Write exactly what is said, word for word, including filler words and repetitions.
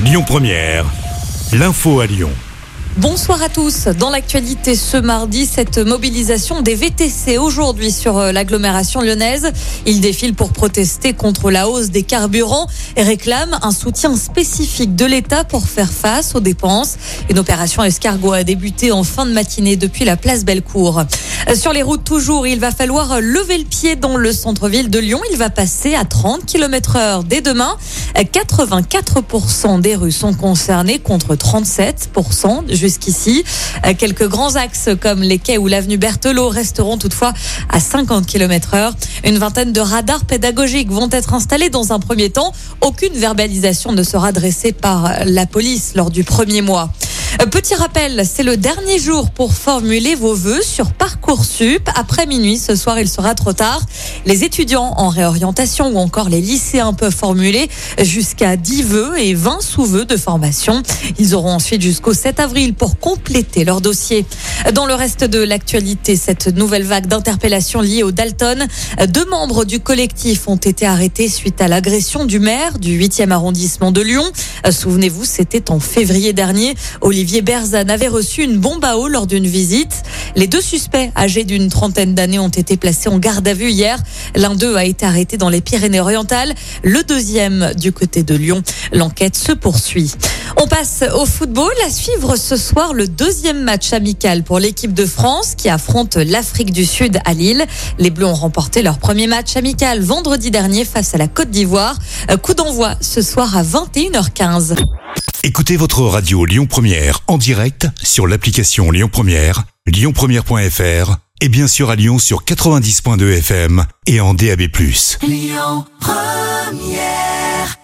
Lyon Première, l'info à Lyon. Bonsoir à tous. Dans l'actualité ce mardi, cette mobilisation des V T C aujourd'hui sur l'agglomération lyonnaise. Ils défilent pour protester contre la hausse des carburants et réclament un soutien spécifique de l'État pour faire face aux dépenses. Une opération escargot a débuté en fin de matinée depuis la place Bellecour. Sur les routes toujours, il va falloir lever le pied dans le centre-ville de Lyon. Il va passer à trente kilomètres heure dès demain. quatre-vingt-quatre pour cent des rues sont concernées contre trente-sept pour cent jusqu'ici. Quelques grands axes comme les quais ou l'avenue Berthelot resteront toutefois à cinquante kilomètres heure. Une vingtaine de radars pédagogiques vont être installés dans un premier temps. Aucune verbalisation ne sera dressée par la police lors du premier mois. Petit rappel, c'est le dernier jour pour formuler vos vœux sur Parcoursup. Après minuit, ce soir, il sera trop tard. Les étudiants en réorientation ou encore les lycéens peuvent formuler jusqu'à dix vœux et vingt sous-vœux de formation. Ils auront ensuite jusqu'au sept avril pour compléter leur dossier. Dans le reste de l'actualité, cette nouvelle vague d'interpellations liée au Dalton, deux membres du collectif ont été arrêtés suite à l'agression du maire du huitième arrondissement de Lyon. Souvenez-vous, c'était en février dernier. Olivier Berzan avait reçu une bombe à eau lors d'une visite. Les deux suspects, âgés d'une trentaine d'années, ont été placés en garde à vue hier. L'un d'eux a été arrêté dans les Pyrénées-Orientales, le deuxième du côté de Lyon. L'enquête se poursuit. On passe au football. À suivre ce soir le deuxième match amical pour l'équipe de France qui affronte l'Afrique du Sud à Lille. Les Bleus ont remporté leur premier match amical vendredi dernier face à la Côte d'Ivoire. Coup d'envoi ce soir à vingt et une heures quinze. Écoutez votre radio Lyon Première en direct sur l'application Lyon Première, lyon première point f r et bien sûr à Lyon sur quatre-vingt-dix point deux F M et en D A B plus. Lyon Première.